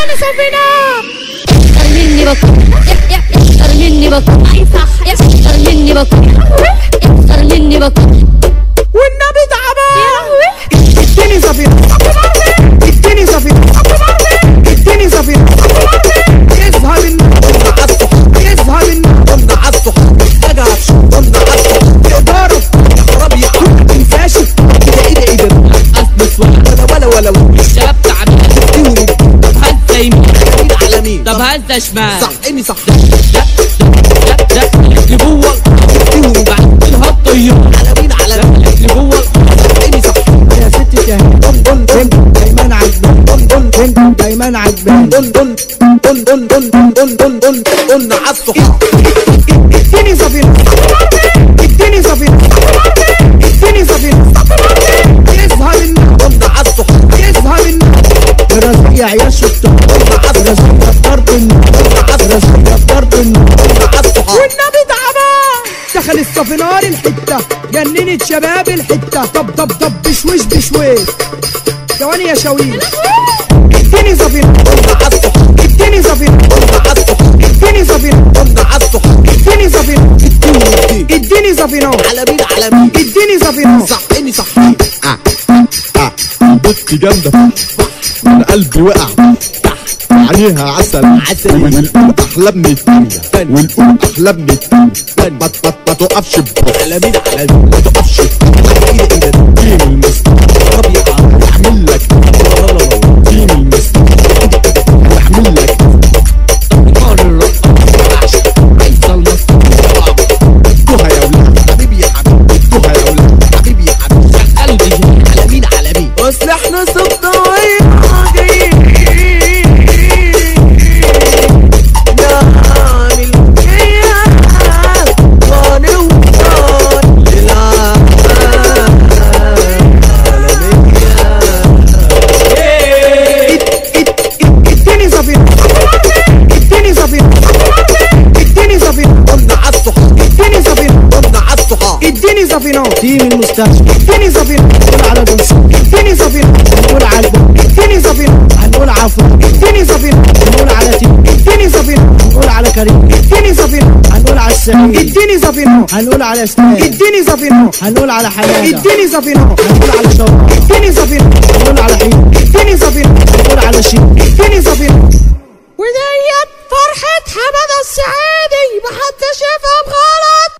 اديني سفينة. اكتر مني بكون، اكتر مني بكون، اي صح، اكتر مني بكون، اكتر مني بكون. والنبي تعبان. اديني سفينة، اديني سفينة، اديني سفينة. يذهب النهر عالصح، يذهب النهر عالصح. اجعش ضمن عالصح. تقدروا يا خرابي تنساشي. ايه ده اصل سؤال ولا الشباب تعبان. طب هزة يمين على مين؟ طب هزة شمال. صح اني صح. اللي جوه بعد الهطية على مين اللي جوه اني صح. يا ست شاهين دون دايما عجبان. دون دايما عجبان. دون عالصحاب. اديني سفينة، اديني سفينة، اديني سفينة. يظهر النهر دون عالصحاب. يظهر النهر الرزق يا عيال شطار. الرزق ضرب النهر. الرزق ضرب النهر عالصحاب. والنبي تعبان. دخل السفينار الحتة جننت شباب الحتة. طب بشويش بشويش. ثواني يا شاويش. اديني سفينة دون عالصحاب. اديني سفينة دون عالصحاب. اديني سفينة دون عالصحاب. اديني سفينة. اديني سفينة. على مين على مين؟ اديني سفينة. صح اني صح. بنت جامدة من قلبي وقع عينيها عسل والقلوب احلى من التانية والقلوب احلى من التانية. ما تقفش على مين على مين؟ ما تقفش ايه ده تيم المسك ربيع اعمل لك تيم المسك اعمل لك نار الرقاص عايزة المصر. ادوها يا ولاد حبيبي يا حبيبي. ادوها يا ولاد حبيبي يا حبيبي. قلبي على مين على مين؟ اصل احنا صداعين اديني سفينة. تيم المستشفى. اديني سفينة. هنقول على جنسي. اديني سفينة. هنقول على البن. اديني سفينة. هنقول عفو. اديني سفينة. هنقول على تيم. اديني سفينة. هنقول على كريم. اديني سفينة. هنقول على السعيد. اديني سفينة. هنقول على اسلام. اديني سفينة. هنقول على حياة. اديني سفينة. هنقول على شوق. اديني سفينة. هنقول على حين. اديني سفينة. هنقول على شيء. اديني سفينة. وديت فرحة حمد السعيدي محدش يفهم غلط.